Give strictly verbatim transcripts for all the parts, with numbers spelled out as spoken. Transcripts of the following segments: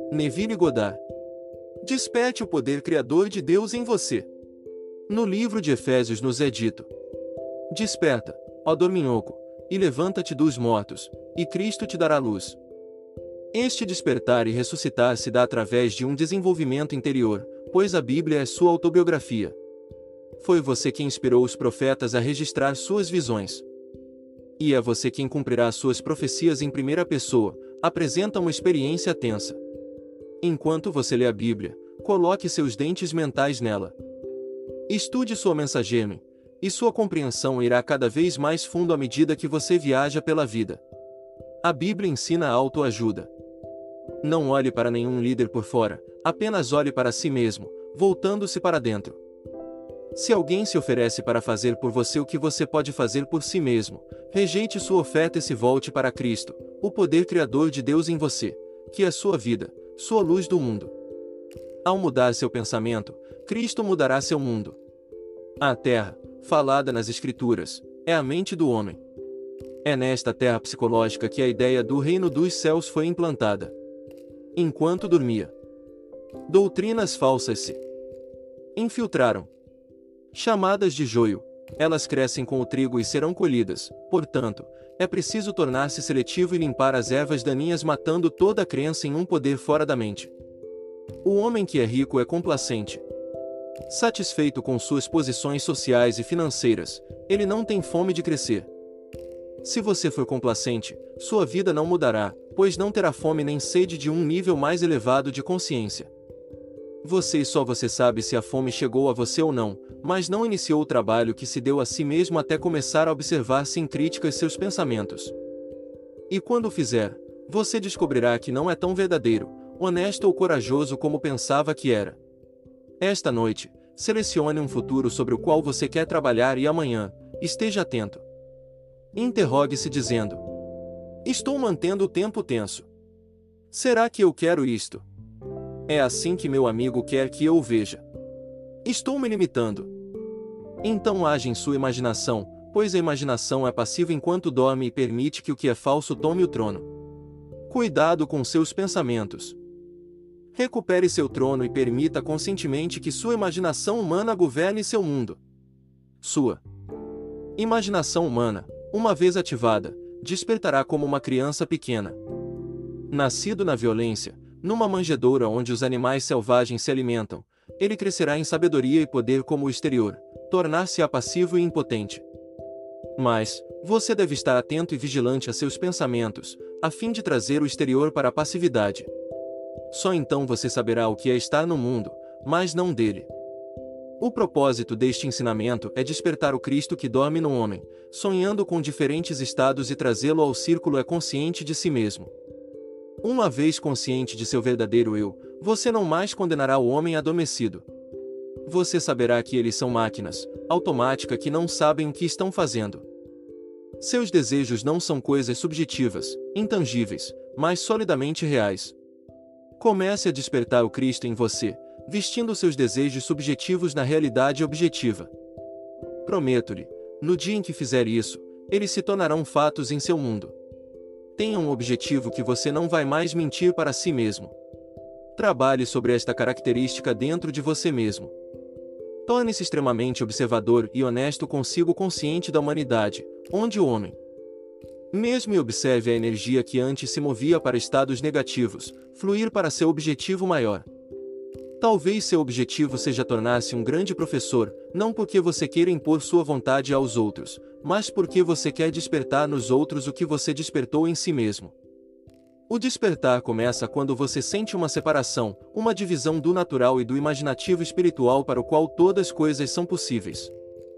Neville Goddard. Desperte o poder criador de Deus em você. No livro de Efésios nos é dito: desperta, ó dorminhoco, e levanta-te dos mortos, e Cristo te dará luz. Este despertar e ressuscitar se dá através de um desenvolvimento interior, pois a Bíblia é sua autobiografia. Foi você quem inspirou os profetas a registrar suas visões. E é você quem cumprirá suas profecias em primeira pessoa, apresenta uma experiência tensa. Enquanto você lê a Bíblia, coloque seus dentes mentais nela. Estude sua mensagem, e sua compreensão irá cada vez mais fundo à medida que você viaja pela vida. A Bíblia ensina a autoajuda. Não olhe para nenhum líder por fora, apenas olhe para si mesmo, voltando-se para dentro. Se alguém se oferece para fazer por você o que você pode fazer por si mesmo, rejeite sua oferta e se volte para Cristo, o poder criador de Deus em você, que é sua vida, sua luz do mundo. Ao mudar seu pensamento, Cristo mudará seu mundo. A terra, falada nas Escrituras, é a mente do homem. É nesta terra psicológica que a ideia do reino dos céus foi implantada. Enquanto dormia, doutrinas falsas se infiltraram. Chamadas de joio, elas crescem com o trigo e serão colhidas, portanto, é preciso tornar-se seletivo e limpar as ervas daninhas, matando toda a crença em um poder fora da mente. O homem que é rico é complacente. Satisfeito com suas posições sociais e financeiras, ele não tem fome de crescer. Se você for complacente, sua vida não mudará, pois não terá fome nem sede de um nível mais elevado de consciência. Você e só você sabe se a fome chegou a você ou não, mas não iniciou o trabalho que se deu a si mesmo até começar a observar sem críticas seus pensamentos. E quando o fizer, você descobrirá que não é tão verdadeiro, honesto ou corajoso como pensava que era. Esta noite, selecione um futuro sobre o qual você quer trabalhar e amanhã, esteja atento. Interrogue-se dizendo: estou mantendo o tempo tenso. Será que eu quero isto? É assim que meu amigo quer que eu o veja. Estou me limitando. Então age em sua imaginação, pois a imaginação é passiva enquanto dorme e permite que o que é falso tome o trono. Cuidado com seus pensamentos. Recupere seu trono e permita conscientemente que sua imaginação humana governe seu mundo. Sua imaginação humana, uma vez ativada, despertará como uma criança pequena. Nascido na violência, numa manjedoura onde os animais selvagens se alimentam, ele crescerá em sabedoria e poder como o exterior, tornar-se passivo e impotente. Mas, você deve estar atento e vigilante a seus pensamentos, a fim de trazer o exterior para a passividade. Só então você saberá o que é estar no mundo, mas não dele. O propósito deste ensinamento é despertar o Cristo que dorme no homem, sonhando com diferentes estados e trazê-lo ao círculo é consciente de si mesmo. Uma vez consciente de seu verdadeiro eu, você não mais condenará o homem adormecido. Você saberá que eles são máquinas, automáticas que não sabem o que estão fazendo. Seus desejos não são coisas subjetivas, intangíveis, mas solidamente reais. Comece a despertar o Cristo em você, vestindo seus desejos subjetivos na realidade objetiva. Prometo-lhe, no dia em que fizer isso, eles se tornarão fatos em seu mundo. Tenha um objetivo que você não vai mais mentir para si mesmo. Trabalhe sobre esta característica dentro de você mesmo. Torne-se extremamente observador e honesto consigo, consciente da humanidade, onde o homem mesmo e observe a energia que antes se movia para estados negativos, fluir para seu objetivo maior. Talvez seu objetivo seja tornar-se um grande professor, não porque você queira impor sua vontade aos outros, mas porque você quer despertar nos outros o que você despertou em si mesmo. O despertar começa quando você sente uma separação, uma divisão do natural e do imaginativo espiritual para o qual todas as coisas são possíveis.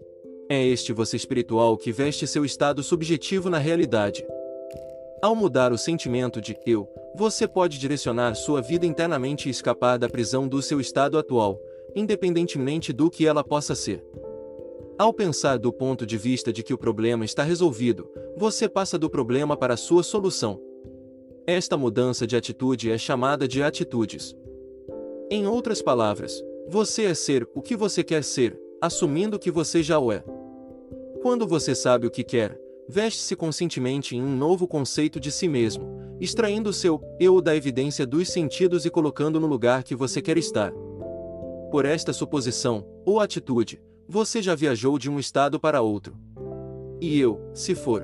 É este você espiritual que veste seu estado subjetivo na realidade. Ao mudar o sentimento de eu, você pode direcionar sua vida internamente e escapar da prisão do seu estado atual, independentemente do que ela possa ser. Ao pensar do ponto de vista de que o problema está resolvido, você passa do problema para a sua solução. Esta mudança de atitude é chamada de atitudes. Em outras palavras, você é ser o que você quer ser, assumindo que você já o é. Quando você sabe o que quer, veste-se conscientemente em um novo conceito de si mesmo, extraindo seu eu da evidência dos sentidos e colocando no lugar que você quer estar. Por esta suposição, ou atitude, você já viajou de um estado para outro. E eu, se for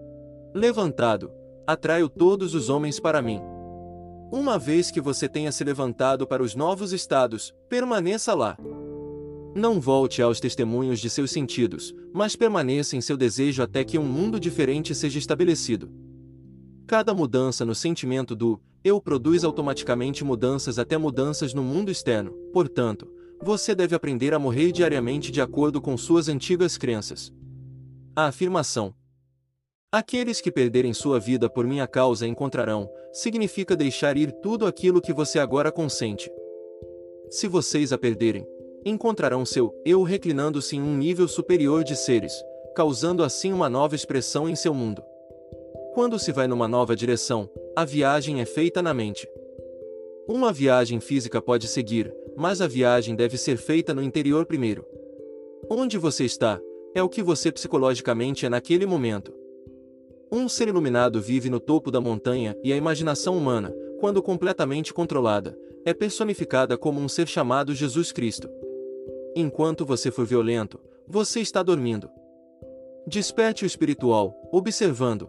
levantado, atraio todos os homens para mim. Uma vez que você tenha se levantado para os novos estados, permaneça lá. Não volte aos testemunhos de seus sentidos, mas permaneça em seu desejo até que um mundo diferente seja estabelecido. Cada mudança no sentimento do eu produz automaticamente mudanças até mudanças no mundo externo. Portanto, você deve aprender a morrer diariamente de acordo com suas antigas crenças. A afirmação "aqueles que perderem sua vida por minha causa encontrarão" significa deixar ir tudo aquilo que você agora consente. Se vocês a perderem, encontrarão seu eu reclinando-se em um nível superior de seres, causando assim uma nova expressão em seu mundo. Quando se vai numa nova direção, a viagem é feita na mente. Uma viagem física pode seguir, mas a viagem deve ser feita no interior primeiro. Onde você está, é o que você psicologicamente é naquele momento. Um ser iluminado vive no topo da montanha e a imaginação humana, quando completamente controlada, é personificada como um ser chamado Jesus Cristo. Enquanto você for violento, você está dormindo. Desperte o espiritual, observando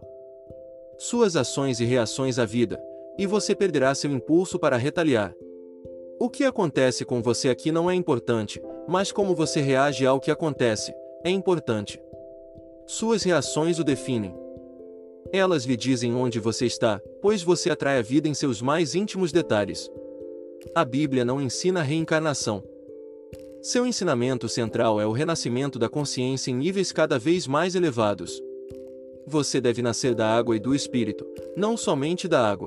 suas ações e reações à vida, e você perderá seu impulso para retaliar. O que acontece com você aqui não é importante, mas como você reage ao que acontece, é importante. Suas reações o definem. Elas lhe dizem onde você está, pois você atrai a vida em seus mais íntimos detalhes. A Bíblia não ensina a reencarnação. Seu ensinamento central é o renascimento da consciência em níveis cada vez mais elevados. Você deve nascer da água e do Espírito, não somente da água.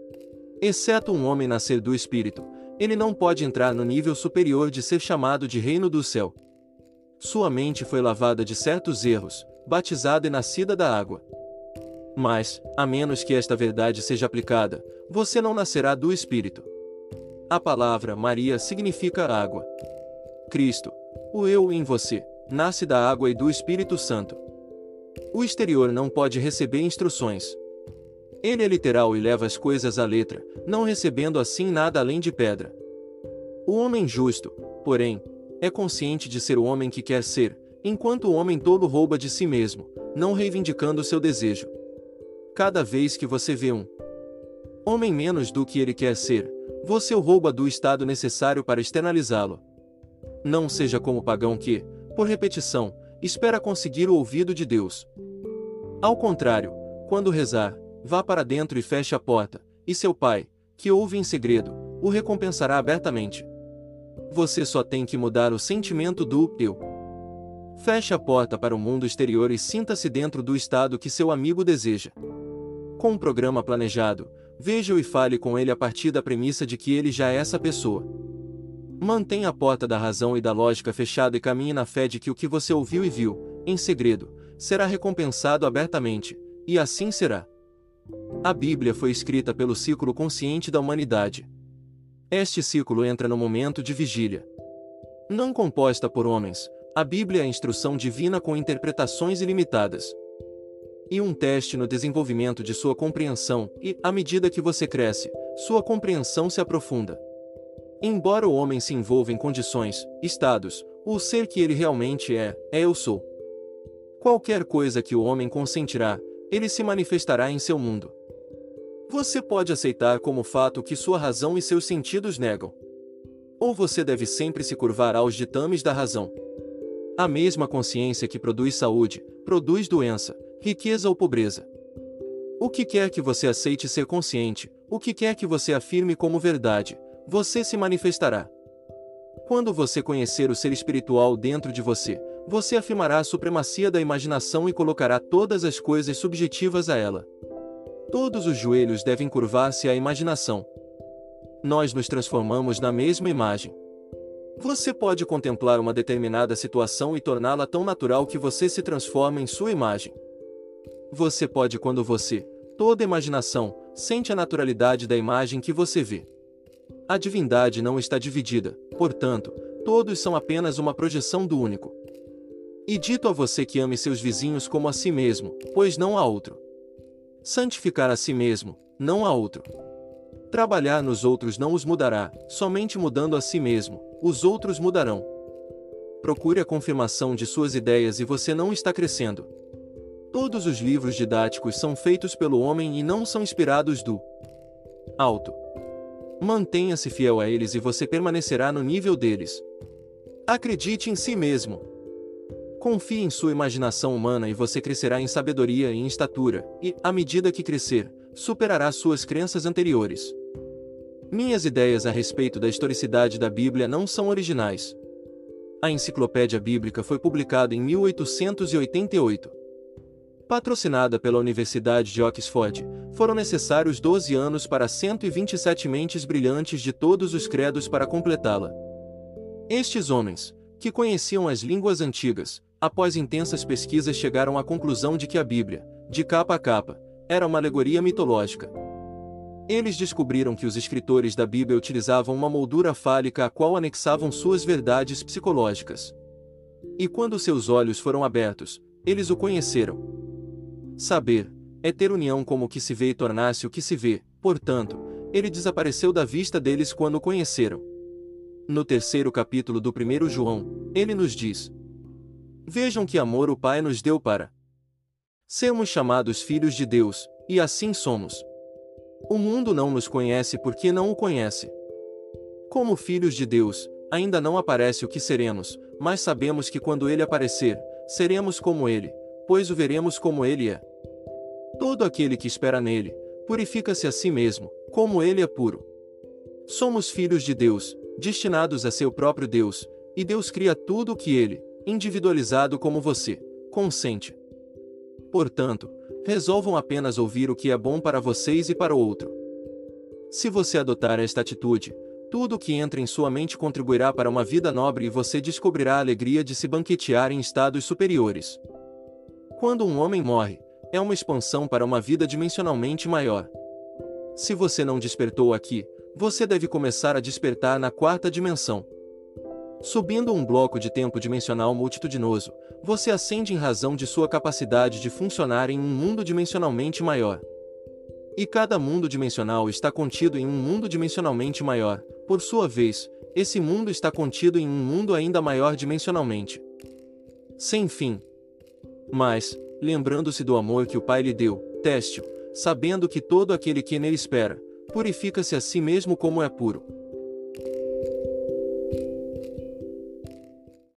Exceto um homem nascer do Espírito, ele não pode entrar no nível superior de ser chamado de reino do céu. Sua mente foi lavada de certos erros, batizada e nascida da água. Mas, a menos que esta verdade seja aplicada, você não nascerá do Espírito. A palavra Maria significa água. Cristo, o eu em você, nasce da água e do Espírito Santo. O exterior não pode receber instruções. Ele é literal e leva as coisas à letra, não recebendo assim nada além de pedra. O homem justo, porém, é consciente de ser o homem que quer ser, enquanto o homem tolo rouba de si mesmo, não reivindicando seu desejo. Cada vez que você vê um homem menos do que ele quer ser, você o rouba do estado necessário para externalizá-lo. Não seja como o pagão que, por repetição, espera conseguir o ouvido de Deus. Ao contrário, quando rezar, vá para dentro e feche a porta, e seu pai, que ouve em segredo, o recompensará abertamente. Você só tem que mudar o sentimento do eu. Feche a porta para o mundo exterior e sinta-se dentro do estado que seu amigo deseja. Com um programa planejado, veja-o e fale com ele a partir da premissa de que ele já é essa pessoa. Mantenha a porta da razão e da lógica fechada e caminhe na fé de que o que você ouviu e viu, em segredo, será recompensado abertamente, e assim será. A Bíblia foi escrita pelo ciclo consciente da humanidade. Este ciclo entra no momento de vigília. Não composta por homens, a Bíblia é a instrução divina com interpretações ilimitadas. E um teste no desenvolvimento de sua compreensão, e, à medida que você cresce, sua compreensão se aprofunda. Embora o homem se envolva em condições, estados, o ser que ele realmente é, é eu sou. Qualquer coisa que o homem consentirá, ele se manifestará em seu mundo. Você pode aceitar como fato o que sua razão e seus sentidos negam. Ou você deve sempre se curvar aos ditames da razão. A mesma consciência que produz saúde, produz doença, riqueza ou pobreza. O que quer que você aceite ser consciente, o que quer que você afirme como verdade, você se manifestará. Quando você conhecer o ser espiritual dentro de você, você afirmará a supremacia da imaginação e colocará todas as coisas subjetivas a ela. Todos os joelhos devem curvar-se à imaginação. Nós nos transformamos na mesma imagem. Você pode contemplar uma determinada situação e torná-la tão natural que você se transforma em sua imagem. Você pode quando você, toda imaginação, sente a naturalidade da imagem que você vê. A divindade não está dividida, portanto, todos são apenas uma projeção do único. E dito a você que ame seus vizinhos como a si mesmo, pois não há outro. Santificar a si mesmo, não a outro. Trabalhar nos outros não os mudará, somente mudando a si mesmo, os outros mudarão. Procure a confirmação de suas ideias e você não está crescendo. Todos os livros didáticos são feitos pelo homem e não são inspirados do alto. Mantenha-se fiel a eles e você permanecerá no nível deles. Acredite em si mesmo. Confie em sua imaginação humana e você crescerá em sabedoria e em estatura, e, à medida que crescer, superará suas crenças anteriores. Minhas ideias a respeito da historicidade da Bíblia não são originais. A Enciclopédia Bíblica foi publicada em mil oitocentos e oitenta e oito. Patrocinada pela Universidade de Oxford, foram necessários doze anos para cento e vinte e sete mentes brilhantes de todos os credos para completá-la. Estes homens, que conheciam as línguas antigas, após intensas pesquisas chegaram à conclusão de que a Bíblia, de capa a capa, era uma alegoria mitológica. Eles descobriram que os escritores da Bíblia utilizavam uma moldura fálica a qual anexavam suas verdades psicológicas. E quando seus olhos foram abertos, eles o conheceram. Saber é ter união como o que se vê e tornar-se o que se vê, portanto, ele desapareceu da vista deles quando o conheceram. No terceiro capítulo do primeiro João, ele nos diz: Vejam que amor o Pai nos deu para sermos chamados filhos de Deus, e assim somos. O mundo não nos conhece porque não o conhece. Como filhos de Deus, ainda não aparece o que seremos, mas sabemos que quando ele aparecer, seremos como ele, pois o veremos como ele é. Todo aquele que espera nele, purifica-se a si mesmo, como ele é puro. Somos filhos de Deus, destinados a ser o próprio Deus, e Deus cria tudo o que ele, individualizado como você, consente. Portanto, resolvam apenas ouvir o que é bom para vocês e para o outro. Se você adotar esta atitude, tudo o que entra em sua mente contribuirá para uma vida nobre e você descobrirá a alegria de se banquetear em estados superiores. Quando um homem morre, é uma expansão para uma vida dimensionalmente maior. Se você não despertou aqui, você deve começar a despertar na quarta dimensão. Subindo um bloco de tempo dimensional multitudinoso, você ascende em razão de sua capacidade de funcionar em um mundo dimensionalmente maior. E cada mundo dimensional está contido em um mundo dimensionalmente maior, por sua vez, esse mundo está contido em um mundo ainda maior dimensionalmente. Sem fim. Mas, lembrando-se do amor que o Pai lhe deu, teste-o, sabendo que todo aquele que nele espera, purifica-se a si mesmo como é puro.